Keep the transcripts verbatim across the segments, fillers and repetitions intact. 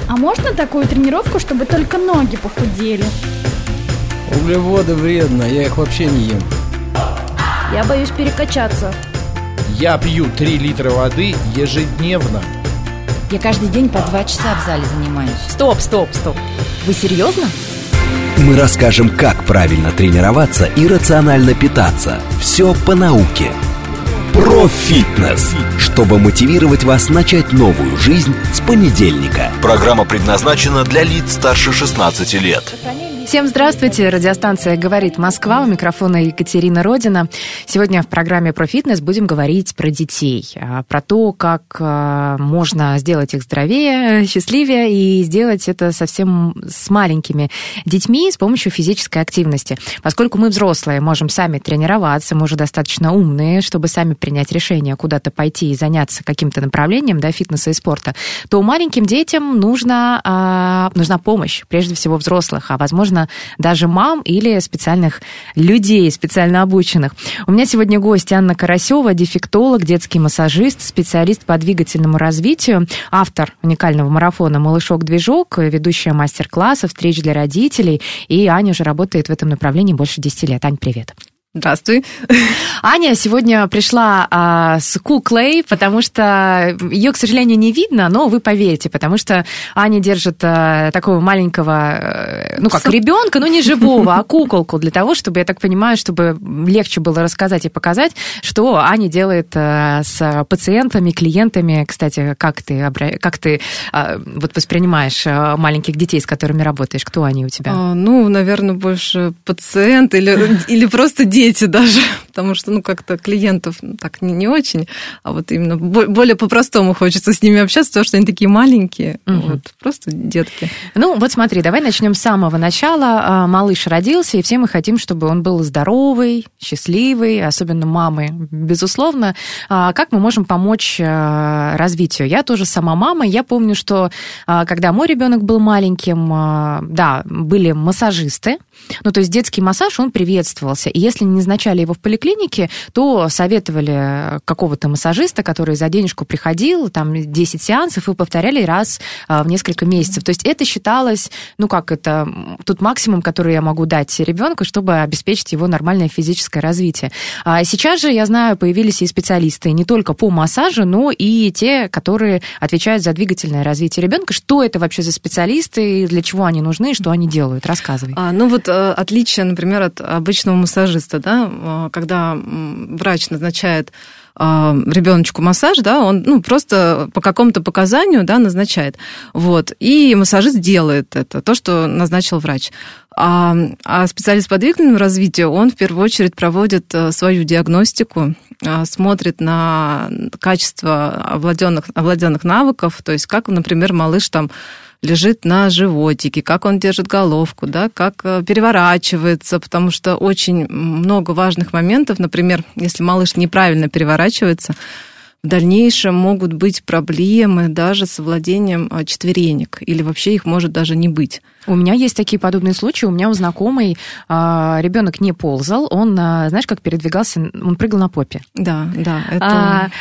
А можно такую тренировку, чтобы только ноги похудели? Углеводы вредно, я их вообще не ем. Я боюсь перекачаться. Я пью три литра воды ежедневно. Я каждый день по два часа в зале занимаюсь. Стоп, стоп, стоп. Вы серьезно? Мы расскажем, как правильно тренироваться и рационально питаться. Все по науке. Про фитнес, чтобы мотивировать вас начать новую жизнь с понедельника. Программа предназначена для лиц старше шестнадцати лет. Всем здравствуйте, радиостанция «Говорит Москва», у микрофона Екатерина Родина. Сегодня в программе про фитнес будем говорить про детей, про то, как можно сделать их здоровее, счастливее и сделать это совсем с маленькими детьми с помощью физической активности. Поскольку мы взрослые, можем сами тренироваться, мы уже достаточно умные, чтобы сами принять решение куда-то пойти и заняться каким-то направлением, да, фитнеса и спорта, то маленьким детям нужна, нужна помощь, прежде всего взрослых, а возможно даже мам или специальных людей, специально обученных. У меня сегодня гость Анна Карасева, дефектолог, детский массажист, специалист по двигательному развитию, автор уникального марафона «Малышок-движок», ведущая мастер-классов, встреч для родителей. И Аня уже работает в этом направлении больше десяти лет. Ань, привет. Здравствуй. Аня сегодня пришла а, с куклой, потому что ее, к сожалению, не видно, но вы поверите, потому что Аня держит а, такого маленького, ну как ребенка, но не живого, а куколку для того, чтобы, я так понимаю, чтобы легче было рассказать и показать, что Аня делает а, с пациентами, клиентами. Кстати, как ты, как ты а, вот воспринимаешь маленьких детей, с которыми работаешь? Кто они у тебя? А, ну, наверное, больше пациент или, или просто дети. Дети даже, потому что, ну, как-то клиентов так не, не очень, а вот именно более по-простому хочется с ними общаться, потому что они такие маленькие, угу. Вот, просто детки. Ну, вот смотри, давай начнем с самого начала. Малыш родился, и все мы хотим, чтобы он был здоровый, счастливый, особенно мамы, безусловно. Как мы можем помочь развитию? Я тоже сама мама, я помню, что когда мой ребенок был маленьким, да, были массажисты, ну, то есть детский массаж, он приветствовался, и если не назначали его в поликлинике, то советовали какого-то массажиста, который за денежку приходил, там десять сеансов, и повторяли раз в несколько месяцев. То есть это считалось, ну как это, тот максимум, который я могу дать ребенку, чтобы обеспечить его нормальное физическое развитие. А сейчас же, я знаю, появились и специалисты не только по массажу, но и те, которые отвечают за двигательное развитие ребенка. Что это вообще за специалисты, для чего они нужны, что они делают? Рассказывай. А, ну вот отличие, например, от обычного массажиста, да, когда врач назначает ребеночку массаж, да, он ну, просто по какому-то показанию, да, назначает. Вот. И массажист делает это, то, что назначил врач. А, а специалист по двигательному развитию, он в первую очередь проводит свою диагностику, смотрит на качество овладенных, овладенных навыков, то есть как, например, малыш там лежит на животике, как он держит головку, да, как переворачивается, потому что очень много важных моментов, например, если малыш неправильно переворачивается, в дальнейшем могут быть проблемы даже с овладением четверенек, или вообще их может даже не быть. У меня есть такие подобные случаи. У меня у знакомой ребенок не ползал, он, знаешь, как передвигался, он прыгал на попе. Да, да. Это... А,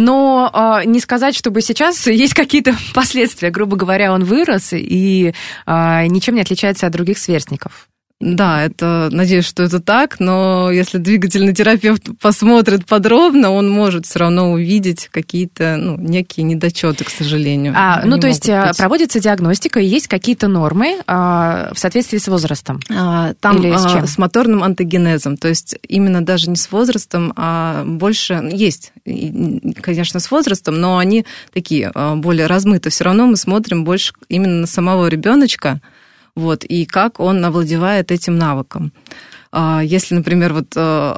но а, не сказать, чтобы сейчас есть какие-то последствия. Грубо говоря, он вырос и а, ничем не отличается от других сверстников. Да, это, надеюсь, что это так, но если двигательный терапевт посмотрит подробно, он может все равно увидеть какие-то, ну, некие недочеты, к сожалению. А, ну, то есть быть. Проводится диагностика, и есть какие-то нормы а, в соответствии с возрастом? А, там или с чем? А, с моторным антогенезом, то есть именно даже не с возрастом, а больше, есть, конечно, с возрастом, но они такие более размыты. Все равно мы смотрим больше именно на самого ребеночка. Вот, и как он овладевает этим навыком. Если, например, вот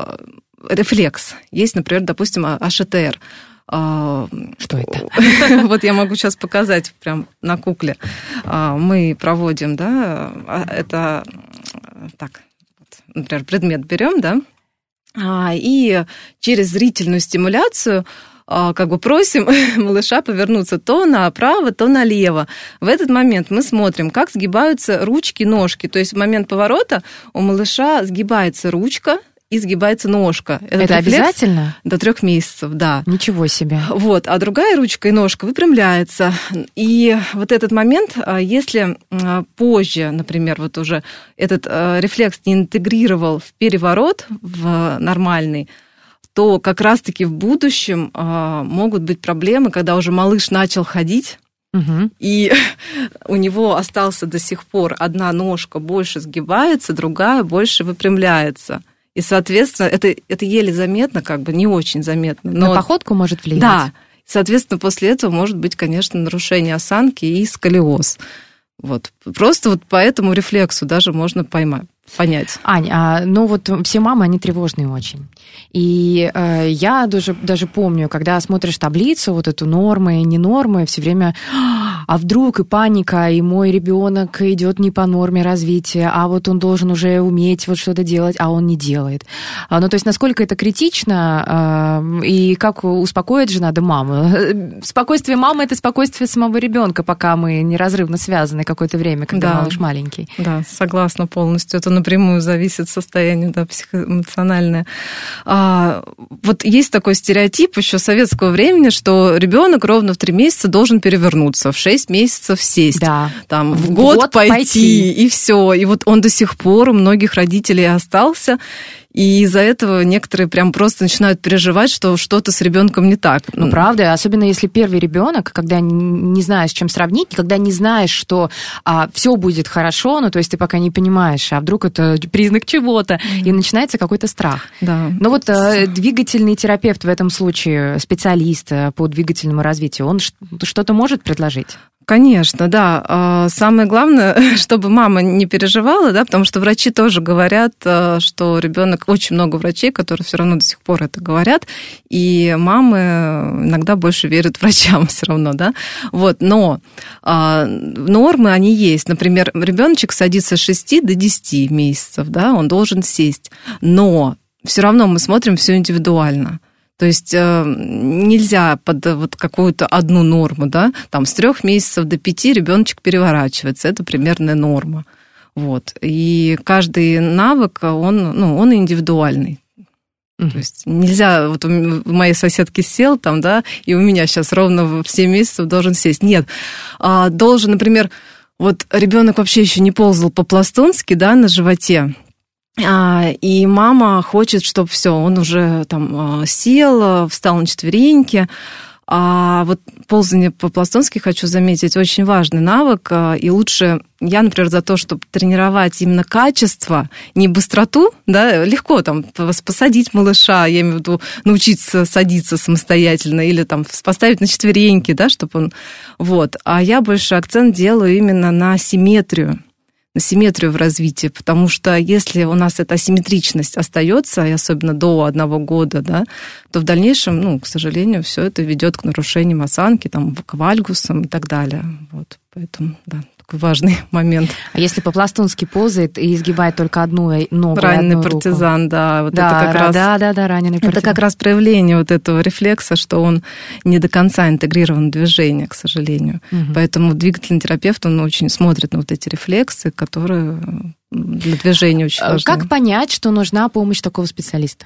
рефлекс, есть, например, допустим, АШТР. Что это? Вот я могу сейчас показать прям на кукле. Мы проводим, да, это так, например, предмет берем, да, и через зрительную стимуляцию как бы просим малыша повернуться то направо, то налево. В этот момент мы смотрим, как сгибаются ручки, ножки. То есть в момент поворота у малыша сгибается ручка, и сгибается ножка. Этот Это рефлекс обязательно? До трех месяцев, да. Ничего себе. Вот, а другая ручка и ножка выпрямляется. И вот этот момент, если позже, например, вот уже этот рефлекс не интегрировал в переворот, в нормальный, то как раз-таки в будущем могут быть проблемы, когда уже малыш начал ходить, угу. и у него остался до сих пор одна ножка больше сгибается, другая больше выпрямляется. И, соответственно, это, это еле заметно, как бы не очень заметно. Но... На походку может влиять? Да. Соответственно, после этого может быть, конечно, нарушение осанки и сколиоз. Вот. Просто вот по этому рефлексу даже можно поймать. Понять. Ань, а, ну вот все мамы, они тревожные очень. И э, я даже, даже помню, когда смотришь таблицу, вот эту нормы и не нормы, все время, а вдруг и паника, и мой ребенок идет не по норме развития, а вот он должен уже уметь вот что-то делать, а он не делает. А, ну, то есть, насколько это критично, э, и как успокоить же надо маму. Спокойствие мамы – это спокойствие самого ребенка, пока мы неразрывно связаны какое-то время, когда да. малыш маленький. Да, согласна полностью. Это напрямую зависит состояние, да, психоэмоциональное. А, вот есть такой стереотип еще советского времени, что ребенок ровно в три месяца должен перевернуться, в шесть месяцев сесть, да. там, в, в год, год пойти, пойти, и все. И вот он до сих пор у многих родителей остался. И из-за этого некоторые прям просто начинают переживать, что что-то с ребенком не так. Ну, правда, особенно если первый ребенок, когда не знаешь, с чем сравнить, когда не знаешь, что а, все будет хорошо, ну, то есть ты пока не понимаешь, а вдруг это признак чего-то, mm-hmm. и начинается какой-то страх. Да. Но вот а, двигательный терапевт в этом случае, специалист по двигательному развитию, он что-то может предложить? Конечно, да. Самое главное, чтобы мама не переживала, да, потому что врачи тоже говорят, что ребенок, очень много врачей, которые все равно до сих пор это говорят, и мамы иногда больше верят врачам все равно, да. Вот, но нормы, они есть. Например, ребеночек садится с шести до десяти месяцев, да, он должен сесть, но все равно мы смотрим все индивидуально. То есть нельзя под вот какую-то одну норму, да, там с трех месяцев до пяти ребеночек переворачивается, это примерная норма. Вот. И каждый навык, он, ну, он индивидуальный. Mm-hmm. То есть нельзя, вот у моей соседки сел там, да, и у меня сейчас ровно в семь месяцев должен сесть. Нет, должен, например, вот ребенок вообще еще не ползал по-пластунски, да, на животе. И мама хочет, чтобы все, он уже там сел, встал на четвереньки. А вот ползание по-пластунски, хочу заметить, очень важный навык. И лучше, я, например, за то, чтобы тренировать именно качество, не быстроту, да, легко там посадить малыша, я имею в виду научиться садиться самостоятельно или там поставить на четвереньки, да, чтобы он... Вот. А я больше акцент делаю именно на симметрию. на симметрию в развитии, потому что если у нас эта асимметричность остается, и особенно до одного года, да, то в дальнейшем, ну, к сожалению, все это ведет к нарушениям осанки, там, к вальгусам и так далее. Вот, поэтому, да, такой важный момент. А если по-пластунски ползает и изгибает только одну ногу, раненый одну партизан, руку. Да, вот да, это как раз, да, да, да, раненый партизан. Это как раз проявление вот этого рефлекса, что он не до конца интегрирован в движение, к сожалению. Угу. Поэтому двигательный терапевт, он очень смотрит на вот эти рефлексы, которые для движения очень важны. Как понять, что нужна помощь такого специалиста?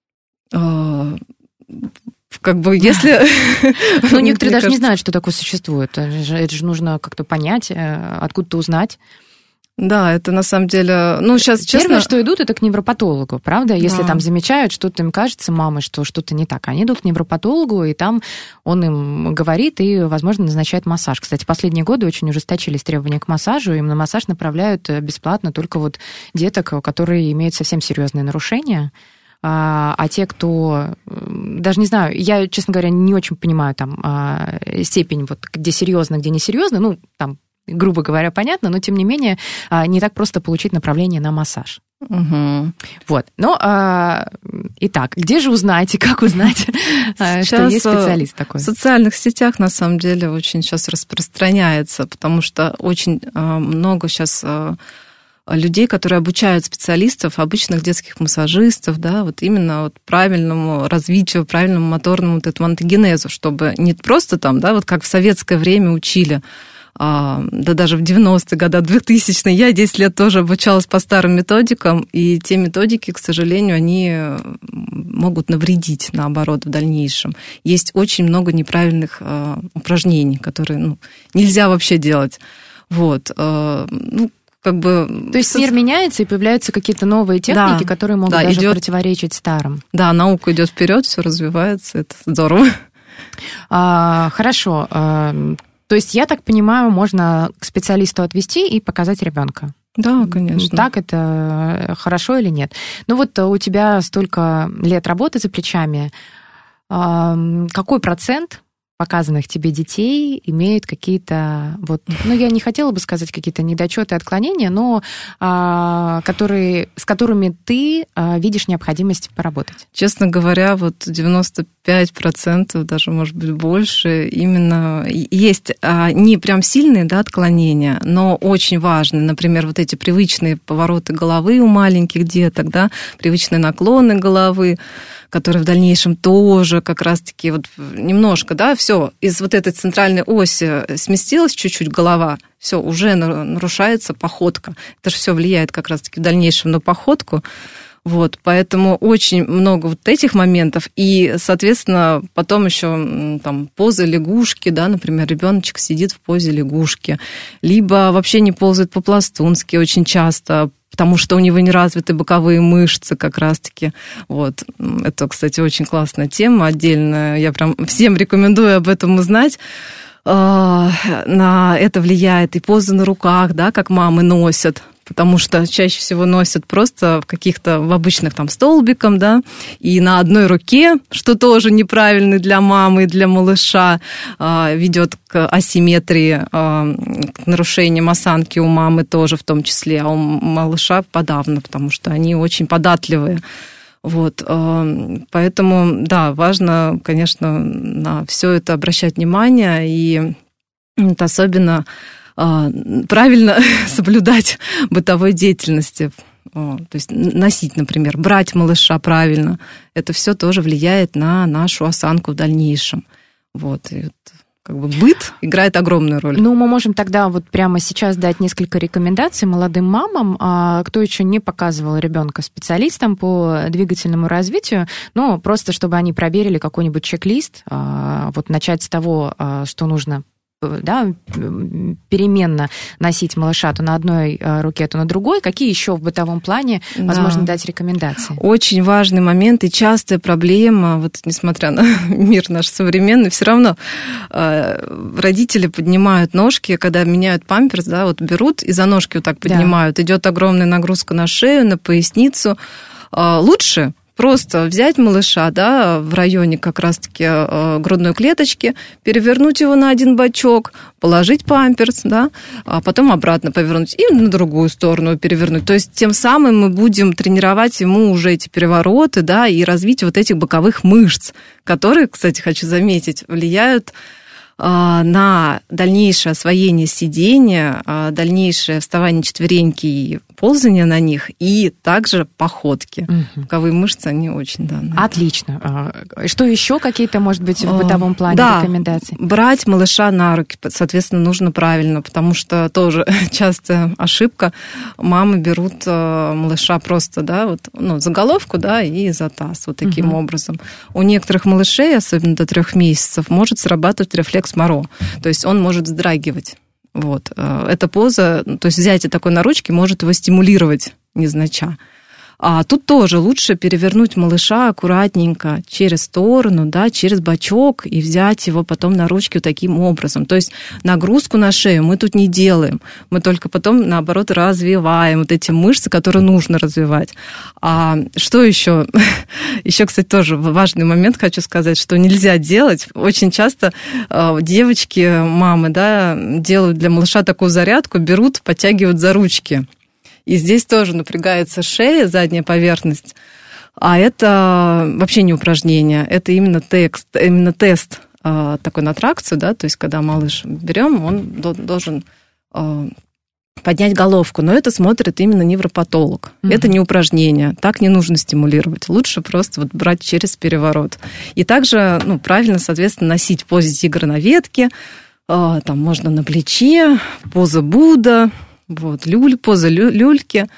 Как бы, если... Ну, некоторые даже не знают, что такое существует. Это же нужно как-то понять, откуда-то узнать. Да, это на самом деле... Ну, сейчас, честно... Первое, что идут, это к невропатологу, правда? Если да. там замечают, что-то им кажется, мамы, что что-то не так. Они идут к невропатологу, и там он им говорит и, возможно, назначает массаж. Кстати, последние годы очень ужесточились требования к массажу, им на массаж направляют бесплатно только вот деток, которые имеют совсем серьезные нарушения. А, а те, кто... Даже не знаю, я, честно говоря, не очень понимаю там степень, вот, где серьезно, где несерьезно, ну, там, грубо говоря, понятно, но, тем не менее, не так просто получить направление на массаж. Угу. Вот. Ну, а, итак, где же узнать и как узнать, что есть специалист такой? В социальных сетях, на самом деле, очень сейчас распространяется, потому что очень много сейчас... людей, которые обучают специалистов, обычных детских массажистов, да, вот именно вот правильному развитию, правильному моторному вот этому антогенезу, чтобы не просто там, да, вот как в советское время учили да даже в девяностые годы, двухтысячные, я десять лет тоже обучалась по старым методикам, и те методики, к сожалению, они могут навредить, наоборот, в дальнейшем. Есть очень много неправильных упражнений, которые ну, нельзя вообще делать. Вот. Ну, как бы... То есть мир меняется, и появляются какие-то новые техники, да, которые могут да, даже идет... противоречить старым. Да, наука идет вперед, все развивается, это здорово. А, хорошо. А, то есть, я так понимаю, можно к специалисту отвести и показать ребенка. Да, конечно. Так это хорошо или нет? Ну вот у тебя столько лет работы за плечами. А, какой процент показанных тебе детей имеют какие-то, вот, ну, я не хотела бы сказать какие-то недочеты, отклонения, но а, которые, с которыми ты а, видишь необходимость поработать? Честно говоря, вот девяносто пять процентов, даже, может быть, больше, именно есть а, не прям сильные, да, отклонения, но очень важные, например, вот эти привычные повороты головы у маленьких деток, да, привычные наклоны головы, которые в дальнейшем тоже как раз-таки вот немножко, да, все, из вот этой центральной оси сместилась чуть-чуть голова, все, уже нарушается походка. Это же все влияет как раз-таки в дальнейшем на походку. Вот, поэтому очень много вот этих моментов. И, соответственно, потом еще там поза лягушки, да, например, ребеночек сидит в позе лягушки, либо вообще не ползает по-пластунски очень часто, потому что у него не развиты боковые мышцы как раз-таки. Вот. Это, кстати, очень классная тема отдельная. Я прям всем рекомендую об этом узнать. На это влияет и поза на руках, да, как мамы носят, потому что чаще всего носят просто в каких-то, в обычных там столбиком, да, и на одной руке, что тоже неправильно для мамы и для малыша, ведет к асимметрии, к нарушениям осанки у мамы тоже в том числе, а у малыша подавно, потому что они очень податливые. Вот, поэтому, да, важно, конечно, на все это обращать внимание, и это особенно правильно соблюдать бытовой деятельности. То есть носить, например, брать малыша правильно. Это все тоже влияет на нашу осанку в дальнейшем. Вот, и как бы быт играет огромную роль. Ну, мы можем тогда вот прямо сейчас дать несколько рекомендаций молодым мамам, кто еще не показывал ребенка специалистам по двигательному развитию, ну, просто чтобы они проверили какой-нибудь чек-лист, вот начать с того, что нужно, да, переменно носить малыша то на одной руке, то на другой. Какие еще в бытовом плане возможно да. дать рекомендации? Очень важный момент и частая проблема, вот несмотря на мир наш современный, все равно э, родители поднимают ножки, когда меняют памперс, да, вот берут и за ножки вот так поднимают. Да. Идет огромная нагрузка на шею, на поясницу. Э, лучше просто взять малыша, да, в районе как раз-таки э, грудной клеточки, перевернуть его на один бочок, положить памперс, да, а потом обратно повернуть и на другую сторону перевернуть. То есть тем самым мы будем тренировать ему уже эти перевороты, да, и развитие вот этих боковых мышц, которые, кстати, хочу заметить, влияют на дальнейшее освоение сидения, дальнейшее вставание четвереньки и ползание на них, и также походки. Угу. Боковые мышцы, они очень, да. Наверное. Отлично. Что еще какие-то, может быть, в бытовом плане да, рекомендации? Брать малыша на руки, соответственно, нужно правильно, потому что тоже частая ошибка. Мамы берут малыша просто, да, вот, ну, за головку, да, и за таз, вот таким угу. образом. У некоторых малышей, особенно до трех месяцев, может срабатывать рефлекс Моро, то есть он может вздрагивать. Вот. Эта поза, то есть взятие такой на ручки может его стимулировать незнача. А тут тоже лучше перевернуть малыша аккуратненько через сторону, да, через бочок и взять его потом на ручки вот таким образом. То есть нагрузку на шею мы тут не делаем. Мы только потом, наоборот, развиваем вот эти мышцы, которые нужно развивать. А что еще? Еще, кстати, тоже важный момент хочу сказать, что нельзя делать. Очень часто девочки, мамы, да, делают для малыша такую зарядку, берут, подтягивают за ручки. И здесь тоже напрягается шея, задняя поверхность. А это вообще не упражнение, это именно, текст, именно тест э, такой на тракцию, да, то есть когда малыш берем, он должен э, поднять головку, но это смотрит именно невропатолог. Mm-hmm. Это не упражнение, так не нужно стимулировать. Лучше просто вот брать через переворот. И также, ну, правильно, соответственно, носить в позе тигра на ветке, Там можно на плече, поза Будда, вот, люль, поза лю, люльки.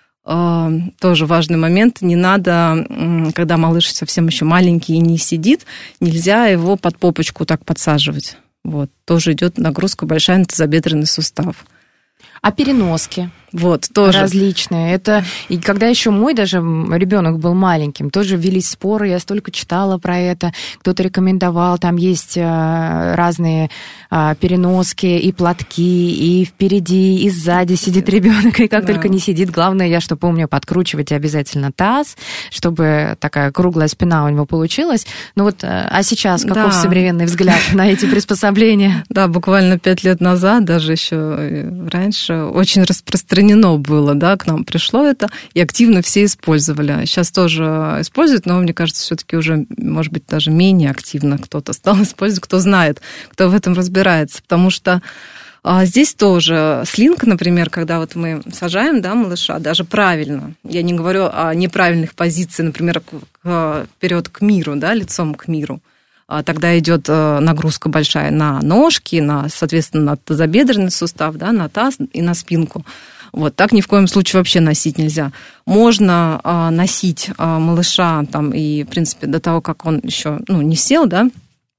Тоже важный момент. Не надо, когда малыш совсем еще маленький и не сидит, нельзя его под попочку так подсаживать. Вот, тоже идет нагрузка большая на тазобедренный сустав. А переноски? Вот, тоже. Различные. Это, и когда еще мой даже ребенок был маленьким, тоже велись споры, я столько читала про это, кто-то рекомендовал, там есть разные переноски и платки, и впереди, и сзади сидит ребенок, и как да. только не сидит, главное, я что помню, подкручивать обязательно таз, чтобы такая круглая спина у него получилась. Ну вот, а сейчас каков да. современный взгляд на эти приспособления? Да, буквально пять лет назад, даже еще раньше, очень распространено было, да, к нам пришло это, и активно все использовали. Сейчас тоже используют, но, мне кажется, все-таки уже, может быть, даже менее активно кто-то стал использовать, кто знает, кто в этом разбирается, потому что а, здесь тоже слинка, например, когда вот мы сажаем, да, малыша, даже правильно, я не говорю о неправильных позициях, например, вперед к миру, да, лицом к миру, тогда идет нагрузка большая на ножки, на, соответственно, на тазобедренный сустав, да, на таз и на спинку. Вот, так ни в коем случае вообще носить нельзя. Можно а, носить а, малыша там, и, в принципе, до того, как он еще ну, не сел, да,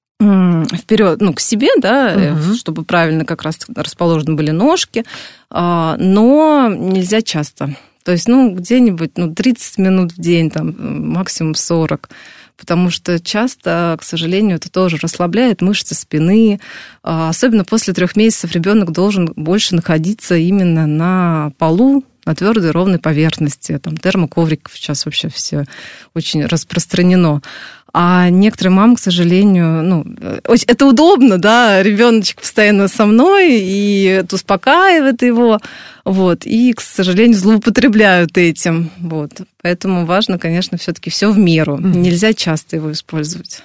вперед, ну, к себе, да, угу. чтобы правильно как раз расположены были ножки, а, но нельзя часто. То есть, ну, где-нибудь ну, тридцать минут в день, там, максимум сорок. Потому что часто, к сожалению, это тоже расслабляет мышцы спины. Особенно после трех месяцев ребенок должен больше находиться именно на полу, на твердой ровной поверхности. Там термоковрик сейчас вообще все очень распространено. А некоторые мамы, к сожалению, ну, это удобно, да, ребеночек постоянно со мной, и это успокаивает его, вот, и, к сожалению, злоупотребляют этим, вот. Поэтому важно, конечно, все-таки все в меру. Mm-hmm. Нельзя часто его использовать.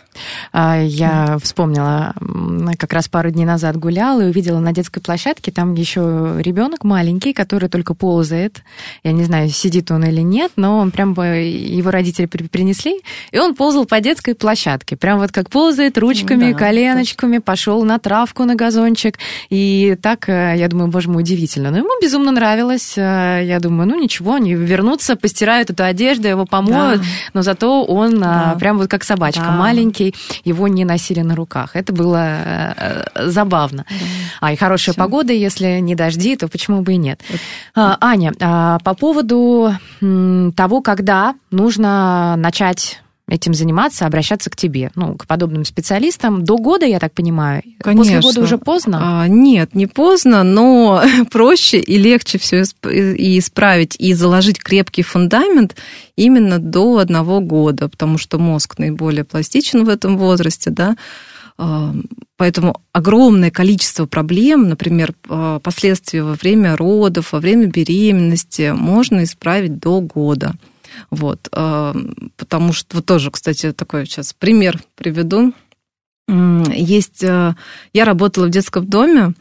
Я вспомнила, как раз пару дней назад гуляла и увидела на детской площадке, там еще ребенок маленький, который только ползает. Я не знаю, сидит он или нет, но он прям его родители принесли, и он ползал по детской площадке. Прям вот как ползает ручками, да, коленочками, пошел на травку, на газончик. И так, я думаю, боже мой, удивительно. Но ему безумно нравилось. Я думаю, ну ничего, они вернутся, постирают эту одежду, его помоют, да. но зато он да. прям вот как собачка, да. маленький, его не носили на руках. Это было забавно. Да. А, и хорошая Все. Погода, если не дожди, то почему бы и нет. Вот. А, Аня, а, по поводу того, когда нужно начать этим заниматься, обращаться к тебе, ну, к подобным специалистам. До года, я так понимаю? Конечно. После года уже поздно? А, нет, не поздно, но проще и легче все и исправить, и заложить крепкий фундамент именно до одного года, потому что мозг наиболее пластичен в этом возрасте, да, поэтому огромное количество проблем, например, последствия во время родов, во время беременности можно исправить до года. Вот, потому что вот тоже, кстати, такой сейчас пример приведу. Есть, я работала в детском доме,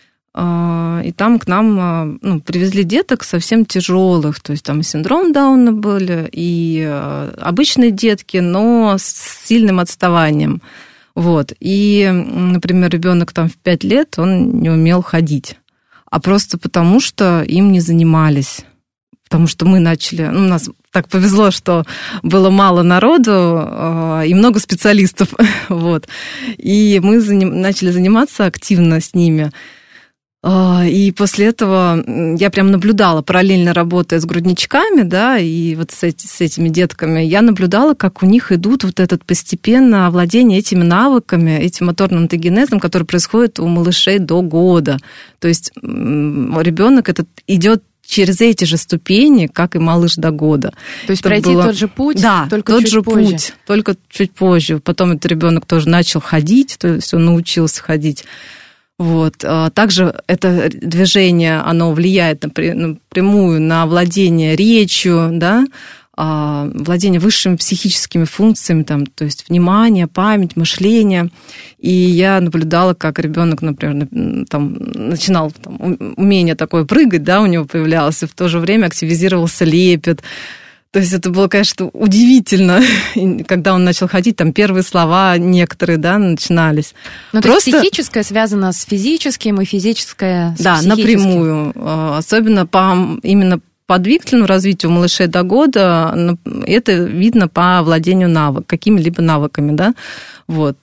и там к нам ну, привезли деток совсем тяжелых, то есть там и синдром Дауна были, и обычные детки, но с сильным отставанием. Вот, и, например, ребенок там в пять лет, он не умел ходить, а просто потому, что им не занимались. Потому что мы начали, ну, у нас так повезло, что было мало народу э, и много специалистов, вот. И мы заним, начали заниматься активно с ними. Э, и после этого я прям наблюдала, параллельно работая с грудничками, да, и вот с, эти, с этими детками, я наблюдала, как у них идут вот это постепенно овладение этими навыками, этим моторным антогенезом, который происходит у малышей до года. То есть ребенок этот идет через эти же ступени, как и малыш до года. То есть это пройти было... тот же путь, да, только тот чуть же позже. путь, только чуть позже. Потом этот ребенок тоже начал ходить, то есть он научился ходить. Вот. Также это движение, оно влияет напрямую на владение речью, да, владение высшими психическими функциями, там, то есть внимание, память, мышление. И я наблюдала, как ребенок, например, там, начинал там, умение такое прыгать, да, у него появлялось, и в то же время активизировался лепет. То есть это было, конечно, удивительно, когда он начал ходить, там первые слова некоторые, да, начинались. Но Просто... то есть психическое связано с физическим, и физическое с да, психическим. Да, напрямую. Особенно по именно по двигательному развитию у малышей до года это видно по владению навыками, какими-либо навыками, да. Вот.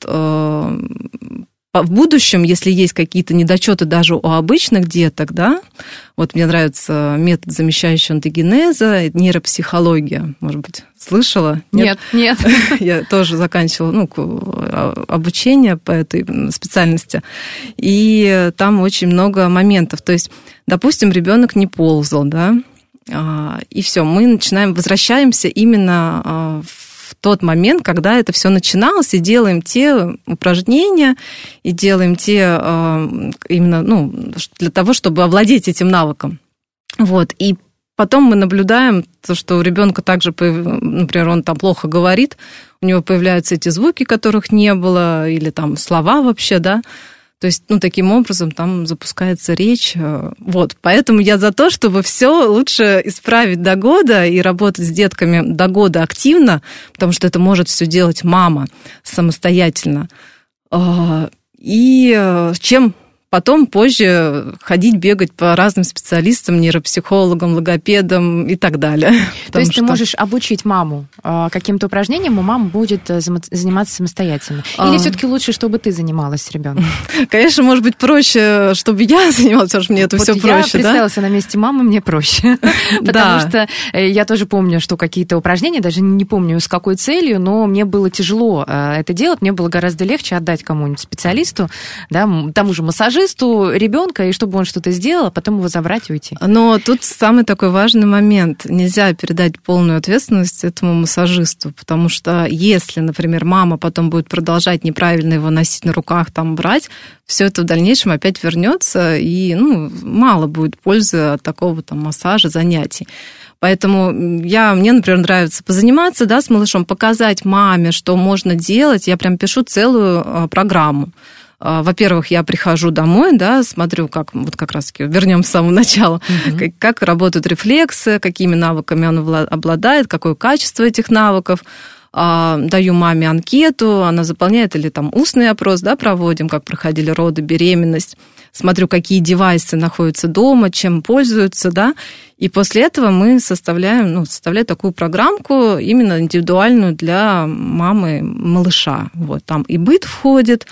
В будущем, если есть какие-то недочеты даже у обычных деток, да, вот мне нравится метод замещающего антогенеза, нейропсихология, может быть, слышала? Нет, нет. нет. Я тоже заканчивала ну, обучение по этой специальности, и там очень много моментов. То есть, допустим, ребенок не ползал, да, и все, мы начинаем, возвращаемся именно в в тот момент, когда это все начиналось, и делаем те упражнения, и делаем те именно ну, для того, чтобы овладеть этим навыком. Вот. И потом мы наблюдаем то, что у ребенка также, например, он там плохо говорит, у него появляются эти звуки, которых не было, или там слова вообще, да. То есть, ну, таким образом там запускается речь. Вот, поэтому я за то, чтобы все лучше исправить до года и работать с детками до года активно, потому что это может все делать мама самостоятельно. И чем потом позже ходить, бегать по разным специалистам, нейропсихологам, логопедам и так далее. То есть что... ты можешь обучить маму каким-то упражнениям, и мама будет заниматься самостоятельно? Или а... все-таки лучше, чтобы ты занималась с ребенком? Конечно, может быть, проще, чтобы я занималась, потому что мне это вот все проще. Я представилась да? на месте мамы, мне проще. Потому что я тоже помню, что какие-то упражнения, даже не помню, с какой целью, но мне было тяжело это делать, мне было гораздо легче отдать кому-нибудь специалисту, да, тому же массажисту, ребенка, и чтобы он что-то сделал, а потом его забрать и уйти. Но тут самый такой важный момент. Нельзя передать полную ответственность этому массажисту, потому что если, например, мама потом будет продолжать неправильно его носить на руках, там брать, все это в дальнейшем опять вернется, и ну, мало будет пользы от такого там массажа, занятий. Поэтому я, мне, например, нравится позаниматься да, с малышом, показать маме, что можно делать. Я прям пишу целую программу. Во-первых, я прихожу домой, да, смотрю, как, вот как раз-таки вернем с самого начала, угу. как, как работают рефлексы, какими навыками он обладает, какое качество этих навыков. Даю маме анкету, она заполняет, или там устный опрос, да, проводим, как проходили роды, беременность. Смотрю, какие девайсы находятся дома, чем пользуются, да. И после этого мы составляем, ну, составляем такую программку именно индивидуальную для мамы малыша. Вот, там и быт входит,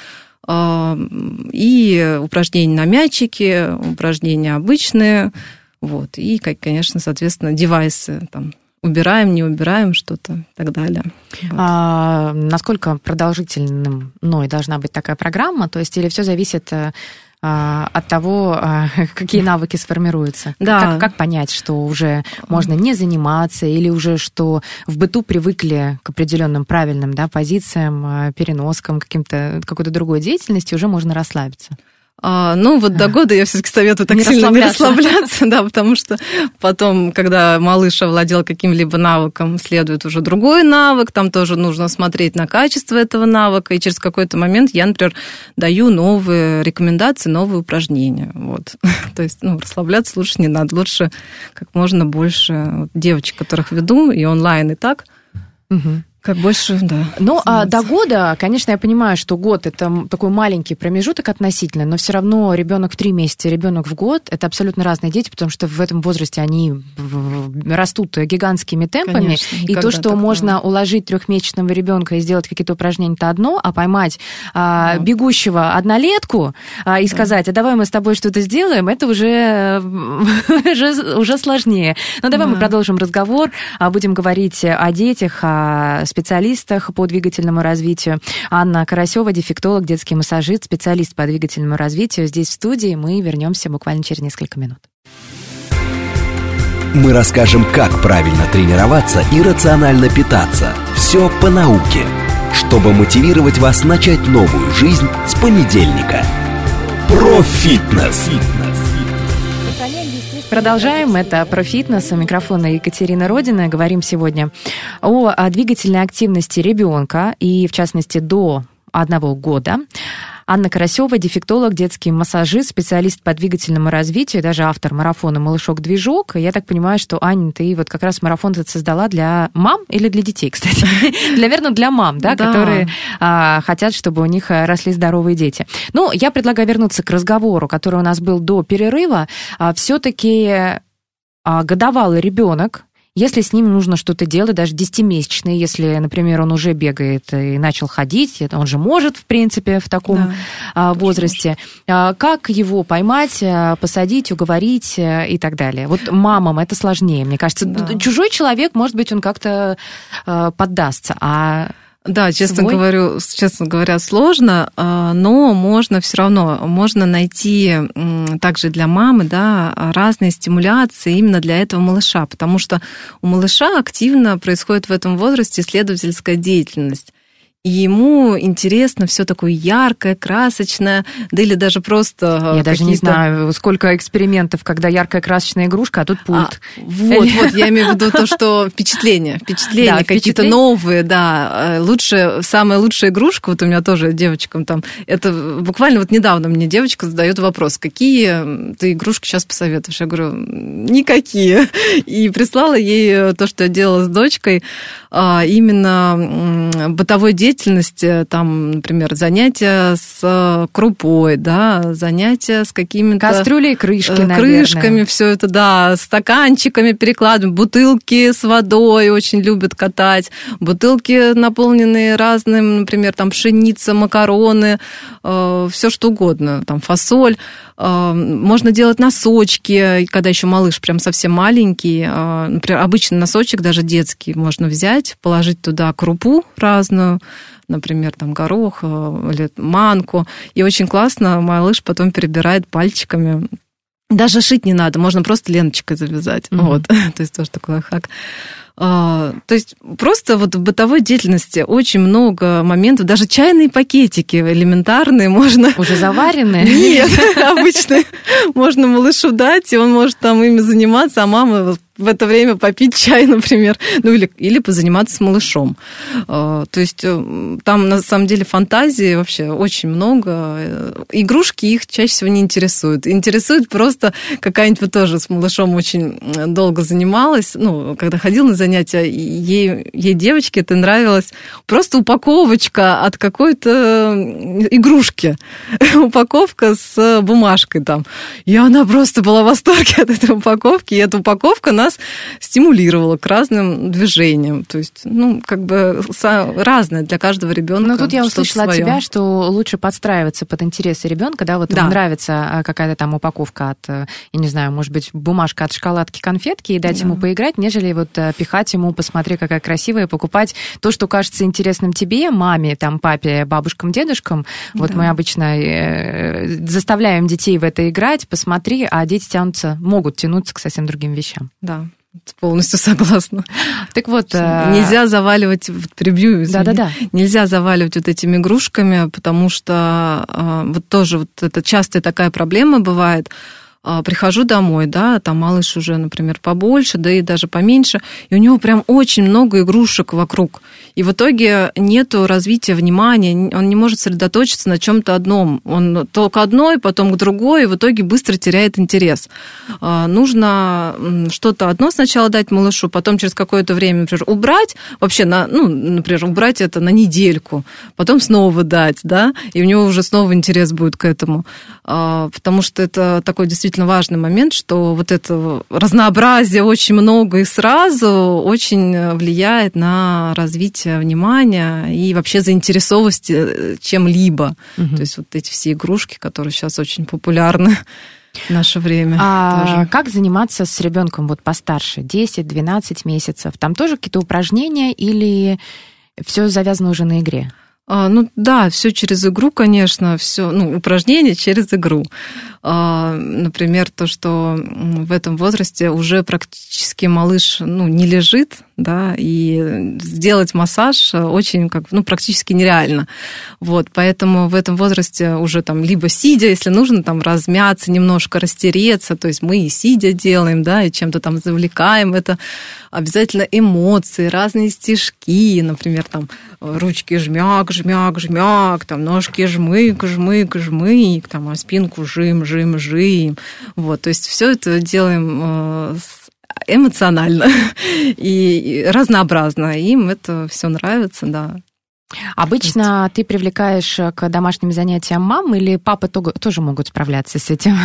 и упражнения на мячике, упражнения обычные, вот, и, конечно, соответственно, девайсы, там, убираем, не убираем что-то и так далее. Вот. А, насколько продолжительной должна быть такая программа, то есть или все зависит от того, какие навыки сформируются. Да. Как, как понять, что уже можно не заниматься, или уже что в быту привыкли к определенным правильным да, позициям, переноскам, каким-то, какой-то другой деятельности, уже можно расслабиться? А, ну, вот до года я все-таки советую так не сильно не расслабляться, да, потому что потом, когда малыш овладел каким-либо навыком, следует уже другой навык, там тоже нужно смотреть на качество этого навыка, и через какой-то момент я, например, даю новые рекомендации, новые упражнения, вот. То есть, ну, расслабляться лучше не надо, лучше как можно больше вот, девочек, которых веду, и онлайн, и так, угу. Как больше, да. Ну, а до года, конечно, я понимаю, что год это такой маленький промежуток относительно, но все равно ребенок в три месяца, ребенок в год это абсолютно разные дети, потому что в этом возрасте они растут гигантскими темпами. Конечно, и то, что можно было. Уложить трехмесячного ребенка и сделать какие-то упражнения, это одно, а поймать а, да. бегущего однолетку а, и да. сказать, а давай мы с тобой что-то сделаем, это уже, уже, уже сложнее. Но давай да. мы продолжим разговор, будем говорить о детях, о специалистах по двигательному развитию. Анна Карасева, дефектолог, детский массажист, специалист по двигательному развитию. Здесь в студии. Мы вернемся буквально через несколько минут. Мы расскажем, как правильно тренироваться и рационально питаться. Все по науке, чтобы мотивировать вас начать новую жизнь с понедельника. Про фитнес. Продолжаем. Это про фитнес. У микрофона Екатерина Родина. Говорим сегодня о, о двигательной активности ребенка, и в частности до одного года. Анна Карасева, дефектолог, детский массажист, специалист по двигательному развитию, даже автор марафона «Малышок-движок». Я так понимаю, что, Аня, ты вот как раз марафон этот создала для мам или для детей, кстати? Наверное, для мам, да, которые хотят, чтобы у них росли здоровые дети. Ну, я предлагаю вернуться к разговору, который у нас был до перерыва. Все-таки годовалый ребенок, если с ним нужно что-то делать, даже десятимесячный, если, например, он уже бегает и начал ходить, он же может, в принципе, в таком да, возрасте, как его поймать, посадить, уговорить и так далее? Вот мамам это сложнее, мне кажется. Да. Чужой человек, может быть, он как-то поддастся, а... Да, честно говорю, честно говоря, сложно, но можно все равно, можно найти также для мамы, да, разные стимуляции именно для этого малыша, потому что у малыша активно происходит в этом возрасте исследовательская деятельность. И ему интересно все такое яркое, красочное, да или даже просто... Я даже не знаю, сколько экспериментов, когда яркая красочная игрушка, а тут пульт. А, вот, вот, я имею в виду то, что впечатления, впечатления да, какие-то впечатления? Новые, да. Лучше, самая лучшая игрушка, вот у меня тоже девочкам там, это буквально вот недавно мне девочка задает вопрос, какие ты игрушки сейчас посоветуешь? Я говорю, никакие. И прислала ей то, что я делала с дочкой, именно бытовой деятельности, деятельности, там, например, занятия с крупой, да, занятия с какими-то... Кастрюли и крышки, крышками, наверное. все это, да, стаканчиками перекладываем, бутылки с водой очень любят катать, бутылки, наполненные разным, например, там, пшеница, макароны, э, все что угодно, там, фасоль. Э, можно делать носочки, когда еще малыш прям совсем маленький, э, например, обычный носочек, даже детский, можно взять, положить туда крупу разную, например, там горох или манку. И очень классно малыш потом перебирает пальчиками. Даже шить не надо, можно просто ленточкой завязать. Mm-hmm. Вот. То есть тоже такой лайфхак. То есть просто вот в бытовой деятельности очень много моментов, даже чайные пакетики элементарные можно... Уже заваренные? Нет, обычные. Можно малышу дать, и он может там ими заниматься, а мама в это время попить чай, например, ну или, или позаниматься с малышом. То есть там на самом деле фантазии вообще очень много. Игрушки их чаще всего не интересуют. Интересует просто какая-нибудь, вот тоже с малышом очень долго занималась, ну, когда ходила на занятия, ей, ей девочке это нравилось. Просто упаковочка от какой-то игрушки. Упаковка с бумажкой там. И она просто была в восторге от этой упаковки, и эта упаковка нас стимулировала к разным движениям. То есть, ну, как бы разное для каждого ребенка. Но тут я услышала от тебя, что лучше подстраиваться под интересы ребенка, да, вот да. Ему нравится какая-то там упаковка от, я не знаю, может быть, бумажка от шоколадки, конфетки, и дать да. ему поиграть, нежели вот пихать ему, посмотри, какая красивая, покупать то, что кажется интересным тебе, маме, там, папе, бабушкам, дедушкам. Да. Вот мы обычно заставляем детей в это играть, посмотри, а дети тянутся, могут тянуться к совсем другим вещам. Да. Полностью согласна. Так вот, нельзя заваливать, прибью, да, да, да. нельзя заваливать вот этими игрушками, потому что вот тоже вот это частая такая проблема бывает. Прихожу домой, да, там малыш уже, например, побольше, да и даже поменьше, и у него прям очень много игрушек вокруг. И в итоге нету развития внимания, он не может сосредоточиться на чем-то одном. Он то к одной, потом к другой, и в итоге быстро теряет интерес. Нужно что-то одно сначала дать малышу, потом через какое-то время, например, убрать, вообще, на, ну, например, убрать это на недельку, потом снова дать, да, и у него уже снова интерес будет к этому. Потому что это такой действительно важный момент, что вот это разнообразие очень много и сразу очень влияет на развитие внимания и вообще заинтересованности чем-либо. Угу. То есть вот эти все игрушки, которые сейчас очень популярны в наше время. А тоже. Как заниматься с ребенком вот постарше, десять-двенадцать месяцев? Там тоже какие-то упражнения или все завязано уже на игре? А, ну да, все через игру, конечно, все, ну, упражнения через игру. А, например, то, что в этом возрасте уже практически малыш, ну, не лежит, да, и сделать массаж очень, как, ну, практически нереально. Вот, поэтому в этом возрасте уже там либо сидя, если нужно, там размяться, немножко растереться, то есть мы и сидя делаем, да, и чем-то там завлекаем, это обязательно эмоции, разные стишки, например, там ручки жмяк, жмяк, жмяк, там ножки жмык, жмык, жмык, там, а спинку жим, жим, жим. Вот, то есть все это делаем эмоционально и разнообразно. Им это все нравится, да. Обычно ты привлекаешь к домашним занятиям мам, или папы тоже могут справляться с этим?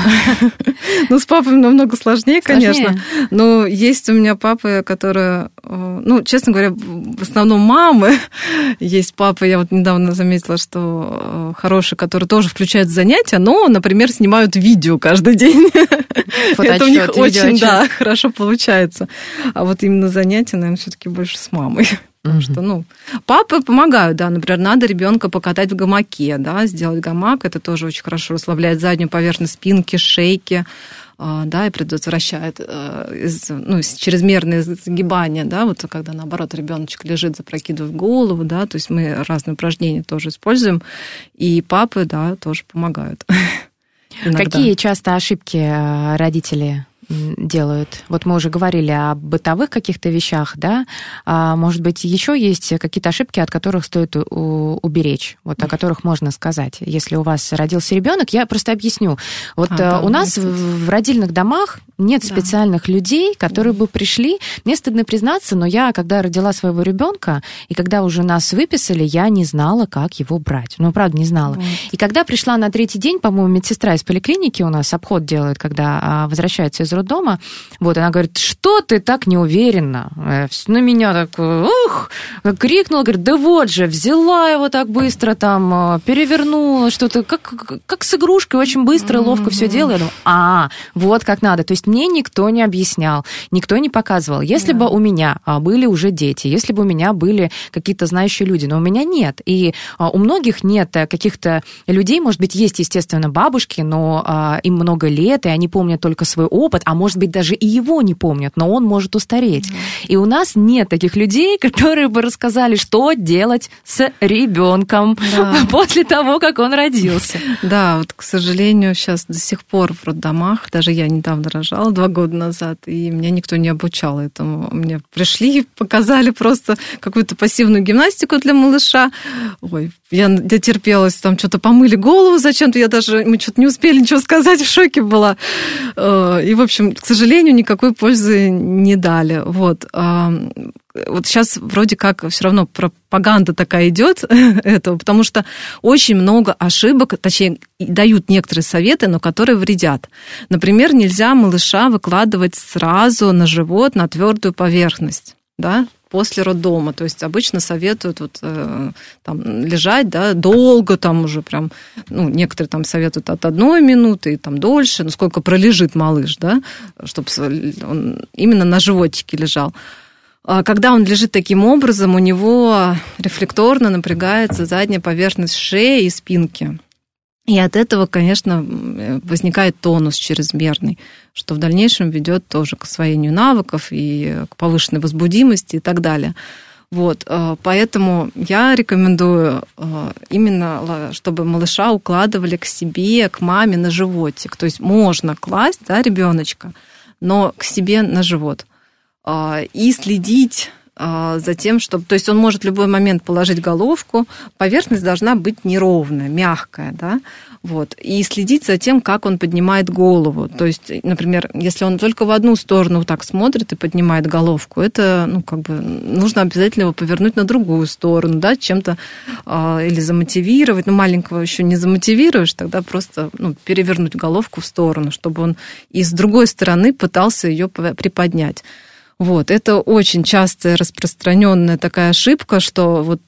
Ну, с папой намного сложнее, конечно. Но есть у меня папы, которые, ну, честно говоря, в основном мамы. Есть папы, я вот недавно заметила, что хорошие, которые тоже включают занятия, но, например, снимают видео каждый день. Это у них очень, да, хорошо получается. А вот именно занятия, наверное, все-таки больше с мамой. Потому что, ну, папы помогают, да, например, надо ребенка покатать в гамаке, да, сделать гамак, это тоже очень хорошо расслабляет заднюю поверхность спинки, шейки, да, и предотвращает, ну, чрезмерное загибание, да, вот когда, наоборот, ребеночек лежит, запрокидывая голову, да, то есть мы разные упражнения тоже используем, и папы, да, тоже помогают. Иногда. Какие часто ошибки родители делают? Вот мы уже говорили о бытовых каких-то вещах, да? А может быть, еще есть какие-то ошибки, от которых стоит уберечь, вот о которых можно сказать, если у вас родился ребенок? Я просто объясню. Вот а, да, у нас в, в родильных домах нет да. специальных людей, которые бы пришли. Мне стыдно признаться, но я, когда родила своего ребенка, и когда уже нас выписали, я не знала, как его брать. Ну, правда, не знала. Вот. И когда пришла на третий день, по-моему, медсестра из поликлиники у нас обход делает, когда возвращается из роддома, вот, она говорит, что ты так не уверена? На меня так, ух, крикнула, говорит, да вот же, взяла его так быстро, там, перевернула что-то, как, как с игрушкой, очень быстро, ловко mm-hmm. все делала. Я думаю, а, вот как надо. То есть мне никто не объяснял, никто не показывал. Если yeah. бы у меня были уже дети, если бы у меня были какие-то знающие люди, но у меня нет. И у многих нет каких-то людей, может быть, есть, естественно, бабушки, но им много лет, и они помнят только свой опыт, а может быть, даже и его не помнят, но он может устареть. Mm-hmm. И у нас нет таких людей, которые бы рассказали, что делать с ребенком да. после того, как он родился. Да, вот, к сожалению, сейчас до сих пор в роддомах, даже я недавно рожала, два года назад, и меня никто не обучал этому. Мне пришли, показали просто какую-то пассивную гимнастику для малыша. Ой, я дотерпелась, там что-то помыли голову зачем-то, я даже, мы что-то не успели ничего сказать, в шоке была. И, в общем, к сожалению, никакой пользы не дали. Вот. Вот сейчас вроде как все равно пропаганда такая идет этого, потому что очень много ошибок, точнее, дают некоторые советы, но которые вредят. Например, нельзя малыша выкладывать сразу на живот, на твердую поверхность, да, после роддома. То есть обычно советуют вот, э, там, лежать, да, долго, там уже прям, ну, некоторые там советуют от одной минуты и там дольше, ну, сколько пролежит малыш, да, чтобы он именно на животике лежал. Когда он лежит таким образом, у него рефлекторно напрягается задняя поверхность шеи и спинки. И от этого, конечно, возникает тонус чрезмерный, что в дальнейшем ведет тоже к освоению навыков и к повышенной возбудимости и так далее. Вот, поэтому я рекомендую именно, чтобы малыша укладывали к себе, к маме на животик. То есть можно класть, да, ребеночка, но к себе на живот. И следить за тем, чтобы... То есть он может в любой момент положить головку, поверхность должна быть неровная, мягкая, да, вот, и следить за тем, как он поднимает голову. То есть, например, если он только в одну сторону вот так смотрит и поднимает головку, это, ну, как бы, нужно обязательно его повернуть на другую сторону, да, чем-то э, или замотивировать. Ну, маленького еще не замотивируешь, тогда просто, ну, перевернуть головку в сторону, чтобы он и с другой стороны пытался ее приподнять. Вот, это очень частая распространенная такая ошибка, что вот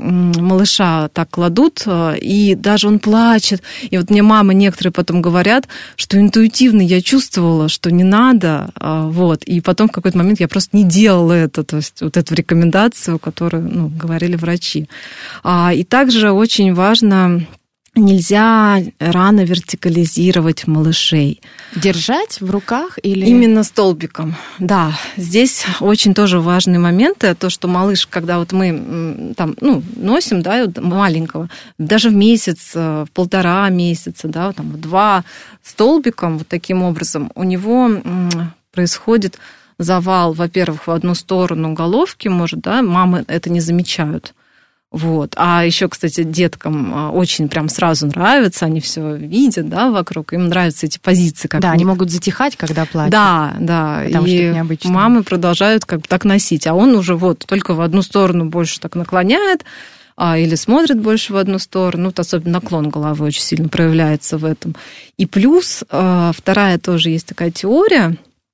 малыша так кладут, и даже он плачет. И вот мне мамы некоторые потом говорят, что интуитивно я чувствовала, что не надо, вот, и потом в какой-то момент я просто не делала это, то есть вот эту рекомендацию, которую, ну, говорили врачи. И также очень важно нельзя рано вертикализировать малышей. Держать в руках или... Именно столбиком, да. Здесь очень тоже важные моменты, то, что малыш, когда вот мы там, ну, носим, да, маленького, даже в месяц, в полтора месяца, да, там, в два, столбиком, вот таким образом, у него происходит завал, во-первых, в одну сторону головки, может, да, мамы это не замечают. Вот. А еще, кстати, деткам очень прям сразу нравится, они все видят, да, вокруг, им нравятся эти позиции. Как да, они могут затихать, когда плачут. Да, да, потому и что это необычно. Мамы продолжают как бы так носить, а он уже вот только в одну сторону больше так наклоняет, а, или смотрит больше в одну сторону, вот особенно наклон головы очень сильно проявляется в этом. И плюс, вторая тоже есть такая теория,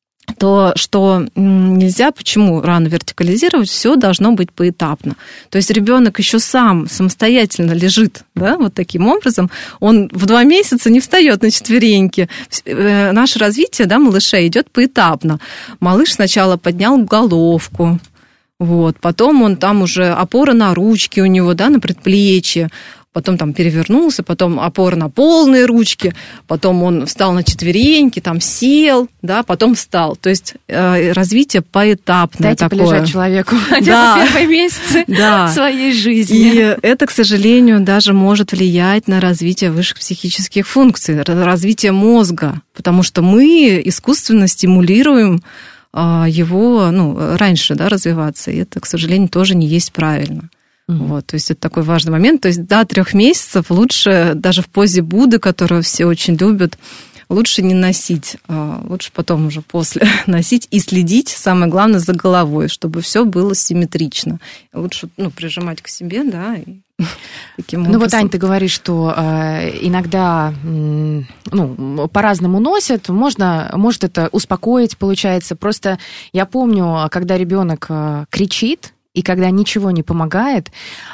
то, что нельзя, почему рано вертикализировать, все должно быть поэтапно. То есть ребенок еще сам самостоятельно лежит, да, вот таким образом, он в два месяца не встает на четвереньки. Наше развитие, да, малыша идет поэтапно. Малыш сначала поднял головку, вот, потом он там уже опора на ручки у него, да, на предплечье, потом там перевернулся, потом опора на полные ручки, потом он встал на четвереньки, там сел, да, потом встал. То есть э, развитие поэтапное. Дайте такое. полежать человеку хотя да. бы первые месяцы да. своей жизни. И это, к сожалению, даже может влиять на развитие высших психических функций, развитие мозга, потому что мы искусственно стимулируем э, его, ну, раньше, да, развиваться, и это, к сожалению, тоже не есть правильно. Mm-hmm. Вот, то есть это такой важный момент. То есть до трех месяцев лучше даже в позе Будды, которую все очень любят, лучше не носить, лучше потом уже после носить и следить, самое главное, за головой, чтобы все было симметрично. Лучше, ну, прижимать к себе, да, и таким образом. Ну вот, Ань, ты говоришь, что э, иногда ну, по-разному носят, можно, может это успокоить, получается. Просто я помню, когда ребенок кричит, и когда ничего не помогает,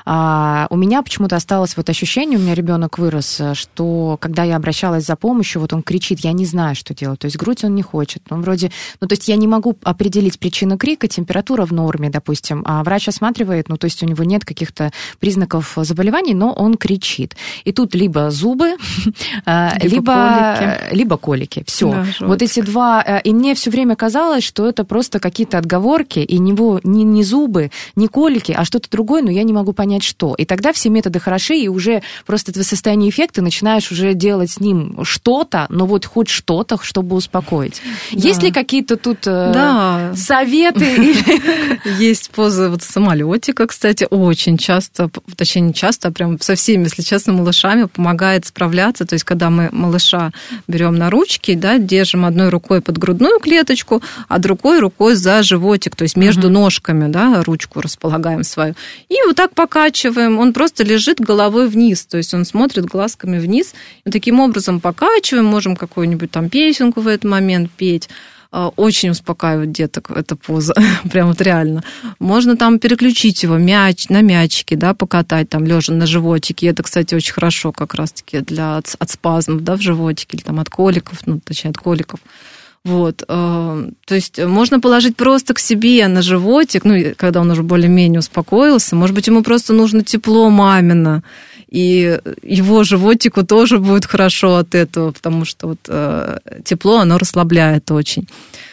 а, у меня почему-то осталось вот ощущение, у меня ребенок вырос, что когда я обращалась за помощью, вот он кричит, я не знаю, что делать. То есть грудь он не хочет. Он вроде, ну то есть я не могу определить причину крика, температура в норме, допустим, а врач осматривает, ну то есть у него нет каких-то признаков заболеваний, но он кричит. И тут либо зубы, либо, либо колики. Либо колики. Все. Да, вот эти два. И мне все время казалось, что это просто какие-то отговорки, и него не, не зубы, не колики, а что-то другое, но я не могу понять, что. И тогда все методы хороши, и уже просто в состоянии эффекта начинаешь уже делать с ним что-то, но вот хоть что-то, чтобы успокоить. Да. Есть ли какие-то тут да. советы? Есть поза вот самолетика, кстати, очень часто, точнее не часто, а прям со всеми, если честно, малышами помогает справляться. То есть когда мы малыша берем на ручки, да, держим одной рукой под грудную клеточку, а другой рукой за животик, то есть между угу. ножками, да, ручку располагаем свою. И вот так покачиваем. Он просто лежит головой вниз. То есть он смотрит глазками вниз. И таким образом покачиваем. Можем какую-нибудь там песенку в этот момент петь. Очень успокаивает деток эта поза. Прям вот реально. Можно там переключить его мяч, на мячики, да, покатать, там, лежа на животике. Это, кстати, очень хорошо как раз-таки для, от, от спазмов, да, в животике, или там от коликов, ну, точнее, от коликов. Вот, то есть можно положить просто к себе на животик, ну, когда он уже более-менее успокоился, может быть, ему просто нужно тепло мамино, и его животику тоже будет хорошо от этого, потому что вот тепло, оно расслабляет очень.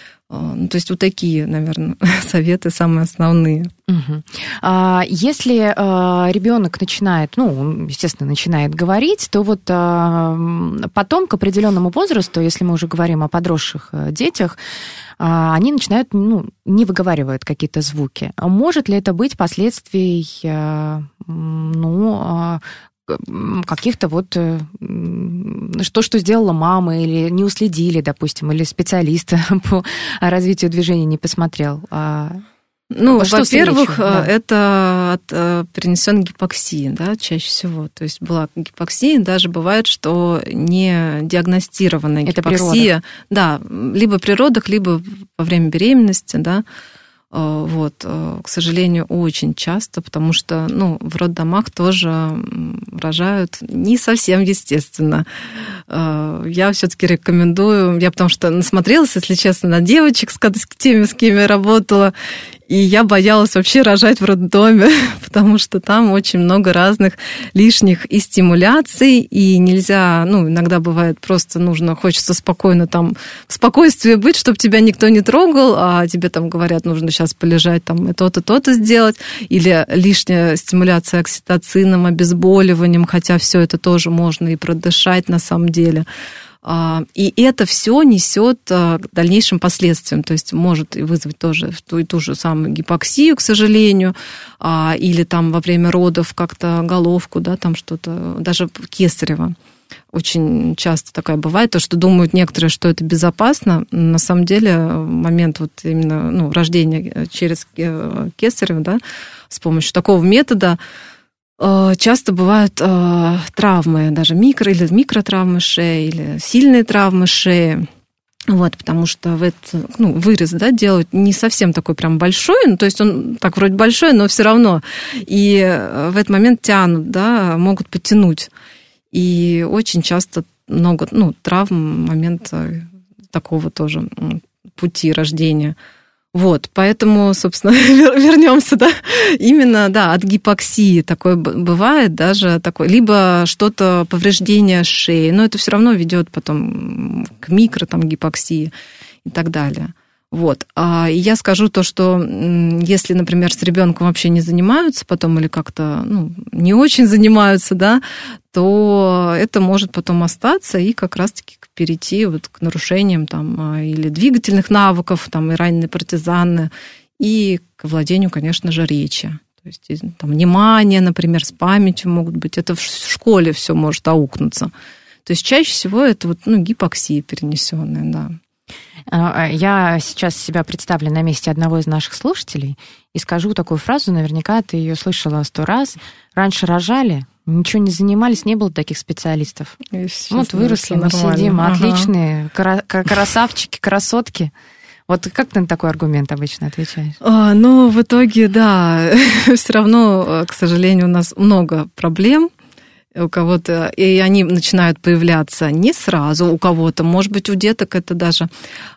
Ну, то есть вот такие, наверное, советы самые основные. Угу. А если а, ребенок начинает, ну, естественно, начинает говорить, то вот а, потом к определенному возрасту, если мы уже говорим о подросших детях, а, они начинают, ну, не выговаривают какие-то звуки. Может ли это быть последствией, а, ну, а, каких-то вот, что, что сделала мама, или не уследили, допустим, или специалист по развитию движения не посмотрел. Ну, что во-первых, да. это от перенесенной гипоксии, да, чаще всего. То есть была гипоксия, даже бывает, что не диагностированная это гипоксия. Да, либо при родах, либо во время беременности, да. Вот, к сожалению, очень часто, потому что, ну, в роддомах тоже рожают не совсем естественно. Я все-таки рекомендую, я потому что насмотрелась, если честно, на девочек, с теми, с кем я работала, И я боялась вообще рожать в роддоме, потому что там очень много разных лишних и стимуляций, и нельзя, ну, иногда бывает просто нужно, хочется спокойно там, в спокойствии быть, чтобы тебя никто не трогал, а тебе там говорят, нужно сейчас полежать, там, и то-то, то-то сделать, или лишняя стимуляция окситоцином, обезболиванием, хотя все это тоже можно и продышать на самом деле. И это все несет к дальнейшим последствиям, то есть может вызвать тоже ту и ту же самую гипоксию, к сожалению, или там во время родов как-то головку, да, там что-то, даже кесарево. Очень часто такая бывает, то, что думают некоторые, что это безопасно. На самом деле, в момент вот именно ну, рождения через кесарево, да, с помощью такого метода, часто бывают э, травмы, даже микро- или микротравмы шеи, или сильные травмы шеи. Вот, потому что в этот, ну, вырез, да, делают не совсем такой прям большой, ну, то есть он так вроде большой, но все равно. И в этот момент тянут, да, могут подтянуть. И очень часто много, ну, травм в момент такого тоже пути рождения. Вот, поэтому, собственно, вернемся, да, именно, да, от гипоксии такое бывает даже такое, либо что-то повреждение шеи, но это все равно ведет потом к микро там гипоксии и так далее. Вот, а я скажу то, что если, например, с ребенком вообще не занимаются потом или как-то, ну, не очень занимаются, да, то это может потом остаться и как раз-таки перейти вот к нарушениям там или двигательных навыков, там и ранние партизаны, и к владению, конечно же, речи. То есть там внимание, например, с памятью могут быть. Это в школе все может аукнуться. То есть чаще всего это вот, ну, гипоксия перенесенная, да. Я сейчас себя представлю на месте одного из наших слушателей и скажу такую фразу, наверняка ты ее слышала сто раз. Раньше рожали, ничего не занимались, не было таких специалистов. Вот выросли, мы сидим, ага. Отличные, красавчики, красотки. Вот как ты на такой аргумент обычно отвечаешь? А, ну, в итоге, да, все равно, к сожалению, у нас много проблем. У кого-то, и они начинают появляться не сразу, у кого-то, может быть, у деток это даже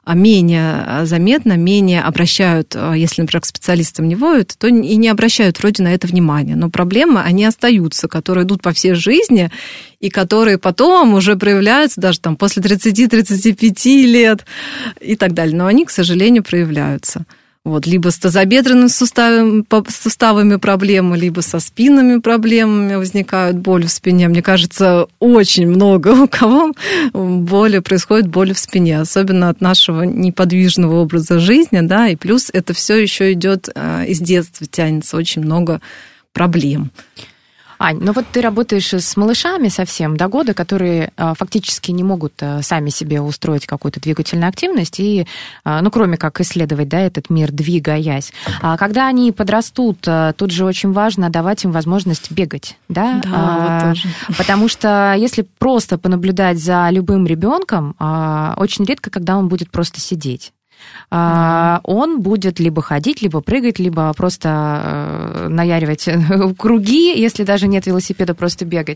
менее заметно, менее обращают, если, например, к специалистам не водят, то и не обращают вроде на это внимания. Но проблемы, они остаются, которые идут по всей жизни, и которые потом уже проявляются даже там после тридцати-тридцати пяти лет и так далее. Но они, к сожалению, проявляются. Вот, либо с тазобедренными суставами, суставами проблемы, либо со спинными проблемами возникают боли в спине. Мне кажется, очень много у кого боли, происходит боли в спине, особенно от нашего неподвижного образа жизни, да, и плюс это все еще идет из детства, тянется очень много проблем. Ань, ну вот ты работаешь с малышами совсем до года, которые а, фактически не могут а, сами себе устроить какую-то двигательную активность, и, а, ну, кроме как исследовать, да, этот мир, двигаясь. А когда они подрастут, а, тут же очень важно давать им возможность бегать, да? Да, а, вот тоже. Потому что если просто понаблюдать за любым ребенком, а, очень редко, когда он будет просто сидеть. Mm-hmm. Он будет либо ходить, либо прыгать, либо просто наяривать круги, если даже нет велосипеда, просто бегать.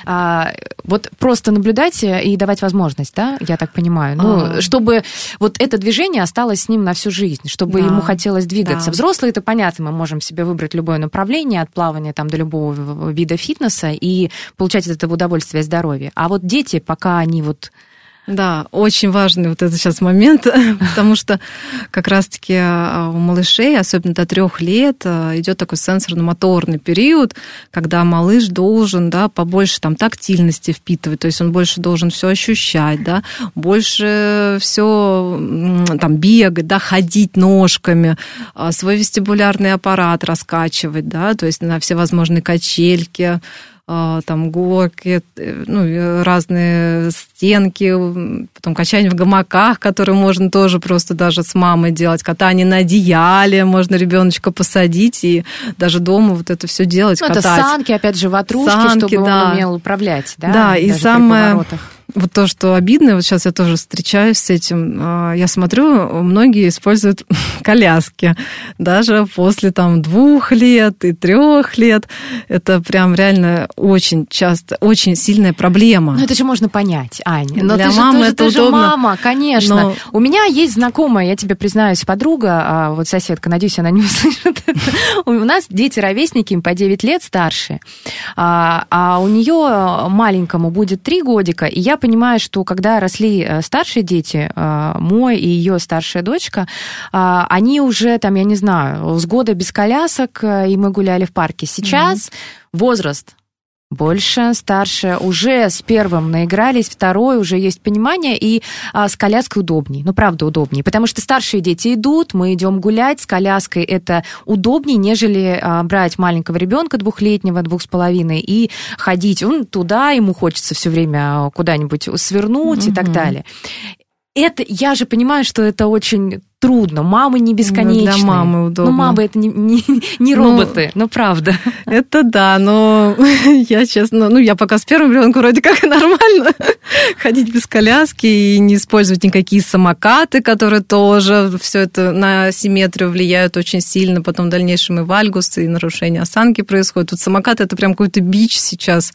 Вот просто наблюдать и давать возможность, да, я так понимаю, ну, mm-hmm. чтобы вот это движение осталось с ним на всю жизнь, чтобы yeah. ему хотелось двигаться. Yeah. Взрослые, это понятно, мы можем себе выбрать любое направление, от плавания там, до любого вида фитнеса и получать от этого удовольствие и здоровье. А вот дети, пока они вот... Да, очень важный вот этот сейчас момент, потому что как раз-таки у малышей, особенно до трех лет, идет такой сенсорно-моторный период, когда малыш должен, да, побольше там тактильности впитывать, то есть он больше должен все ощущать, да, больше все там бегать, да, ходить ножками, свой вестибулярный аппарат раскачивать, да, то есть на всевозможные качельки, там горки, ну, разные стенки, потом качание в гамаках, которые можно тоже просто даже с мамой делать, катание на одеяле, можно ребеночка посадить и даже дома вот это все делать, ну, катать. Это санки, опять же, ватрушки, санки, чтобы да. он умел управлять, да? Да, и самое... вот то, что обидно, вот сейчас я тоже встречаюсь с этим, я смотрю, многие используют коляски, даже после там двух лет и трех лет. Это прям реально очень часто, очень сильная проблема. Ну, это же можно понять, Аня. Но для ты мамы же, это ты же удобно. мама, конечно. Но... У меня есть знакомая, я тебе признаюсь, подруга, вот соседка, надеюсь, она не услышит. У нас дети-ровесники, им по девять лет старше, а у нее маленькому будет три годика, и я понимаю, что когда росли старшие дети, мой и ее старшая дочка, они уже, там, я не знаю, с года без колясок, и мы гуляли в парке. Сейчас mm-hmm. возраст больше, старше, уже с первым наигрались, второй, уже есть понимание, и а, с коляской удобней. Ну, правда, удобней. Потому что старшие дети идут, мы идем гулять, с коляской это удобней, нежели а, брать маленького ребенка двухлетнего, двух с половиной, и ходить он туда, ему хочется все время куда-нибудь свернуть mm-hmm. и так далее. Это, я же понимаю, что это очень трудно. Мамы не бесконечные. Для мамы удобно. Ну, мамы это не, не, не роботы, ну, ну, правда. Это да, но я, честно, ну, я пока с первым ребенком вроде как нормально ходить без коляски и не использовать никакие самокаты, которые тоже все это на симметрию влияют очень сильно, потом в дальнейшем и вальгус, и нарушение осанки происходит. Тут самокат – это прям какой-то бич сейчас.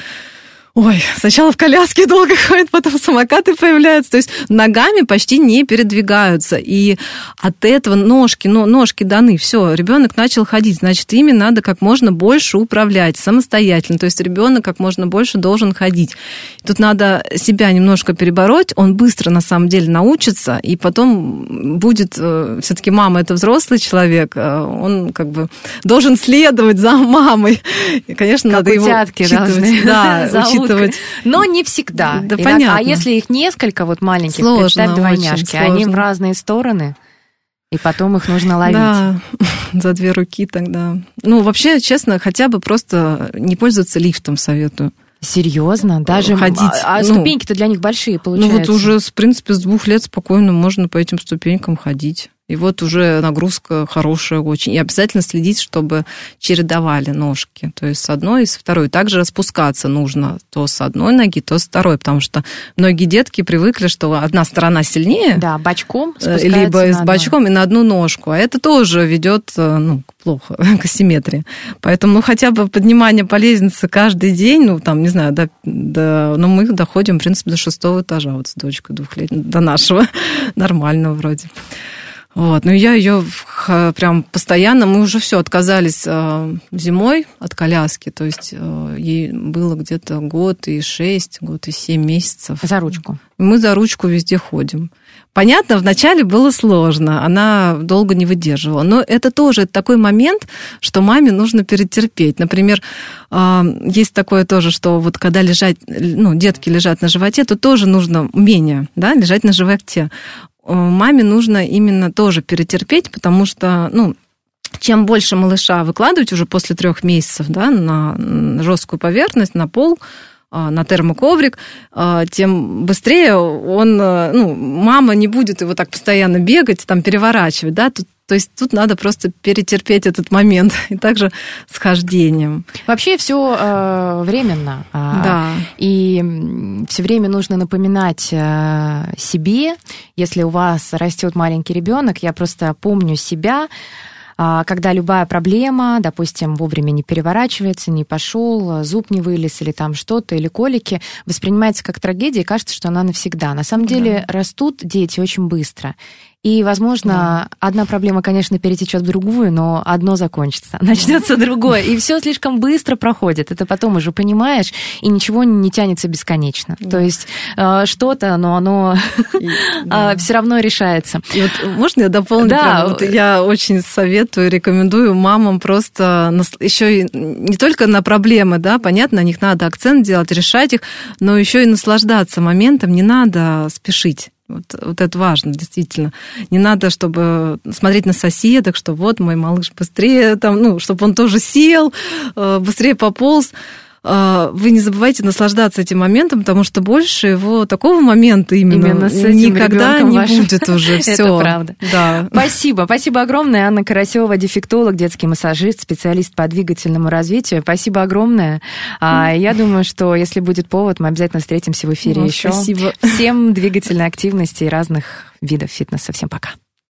Ой, сначала в коляске долго ходят, потом самокаты появляются. То есть ногами почти не передвигаются. И от этого ножки, ну, ножки даны, все, ребенок начал ходить. Значит, ими надо как можно больше управлять самостоятельно. То есть ребенок как можно больше должен ходить. Тут надо себя немножко перебороть. Он быстро, на самом деле, научится. И потом будет... Все-таки мама – это взрослый человек. Он как бы должен следовать за мамой. И, конечно, как надо его учитывать. Да, учитывать. Но не всегда. Да, Иногда, понятно. А если их несколько вот маленьких, сложно, представь, двойняшки, они в разные стороны, и потом их нужно ловить. Да, за две руки тогда. Ну, вообще, честно, хотя бы просто не пользоваться лифтом советую. Серьезно? Даже ходить. А, а ну, ступеньки-то для них большие, получается. Ну, вот уже, в принципе, с двух лет спокойно можно по этим ступенькам ходить. И вот уже нагрузка хорошая очень. И обязательно следить, чтобы чередовали ножки. То есть с одной и с второй. Также спускаться нужно то с одной ноги, то с второй. Потому что многие детки привыкли, что одна сторона сильнее. Да, бочком спускается либо на с бочком и на одну ножку. А это тоже ведет, ну, плохо, к асимметрии. Поэтому, ну, хотя бы поднимание по лестнице каждый день, ну, там, не знаю, до, до, ну, мы доходим, в принципе, до шестого этажа вот с дочкой двухлетней, до нашего нормального вроде. Вот, ну я ее прям постоянно, мы уже все отказались э, зимой от коляски, то есть э, ей было где-то год и шесть, год и семь месяцев. За ручку? Мы за ручку везде ходим. Понятно, вначале было сложно, она долго не выдерживала, но это тоже такой момент, что маме нужно перетерпеть. Например, э, есть такое тоже, что вот когда лежать, ну, детки лежат на животе, то тоже нужно умение, да, лежать на животе. Маме нужно именно тоже перетерпеть, потому что, ну, чем больше малыша выкладывать уже после трех месяцев, да, на жесткую поверхность, на пол, на термоковрик, тем быстрее он, ну, мама не будет его так постоянно бегать, там, переворачивать, да, тут, то есть тут надо просто перетерпеть этот момент, и также с хождением. Вообще все э, временно, да. И все время нужно напоминать э, себе, если у вас растет маленький ребенок, я просто помню себя, когда любая проблема, допустим, вовремя не переворачивается, не пошел, зуб не вылез или там что-то, или колики, воспринимается как трагедия и кажется, что она навсегда. На самом деле да. растут дети очень быстро. И, возможно, да. одна проблема, конечно, перетечет в другую, но одно закончится, начнется другое, и все слишком быстро проходит. Это потом уже понимаешь, и ничего не тянется бесконечно. Да. То есть что-то, но оно да. все равно решается. И вот можно я дополню? Да. Вот я очень советую, рекомендую мамам просто еще и не только на проблемы, да, понятно, на них надо акцент делать, решать их, но еще и наслаждаться моментом, не надо спешить. Вот, вот это важно, действительно. Не надо, чтобы смотреть на соседок, что вот мой малыш быстрее, там, ну, чтобы он тоже сел, быстрее пополз. вы не забывайте наслаждаться этим моментом, потому что больше его такого момента именно, именно с этим никогда не вашим. будет уже. Все. Это правда. Да. Спасибо. Спасибо огромное. Анна Карасева, дефектолог, детский массажист, специалист по двигательному развитию. Спасибо огромное. А, я думаю, что если будет повод, мы обязательно встретимся в эфире О, еще. Спасибо. Всем двигательной активности и разных видов фитнеса. Всем пока.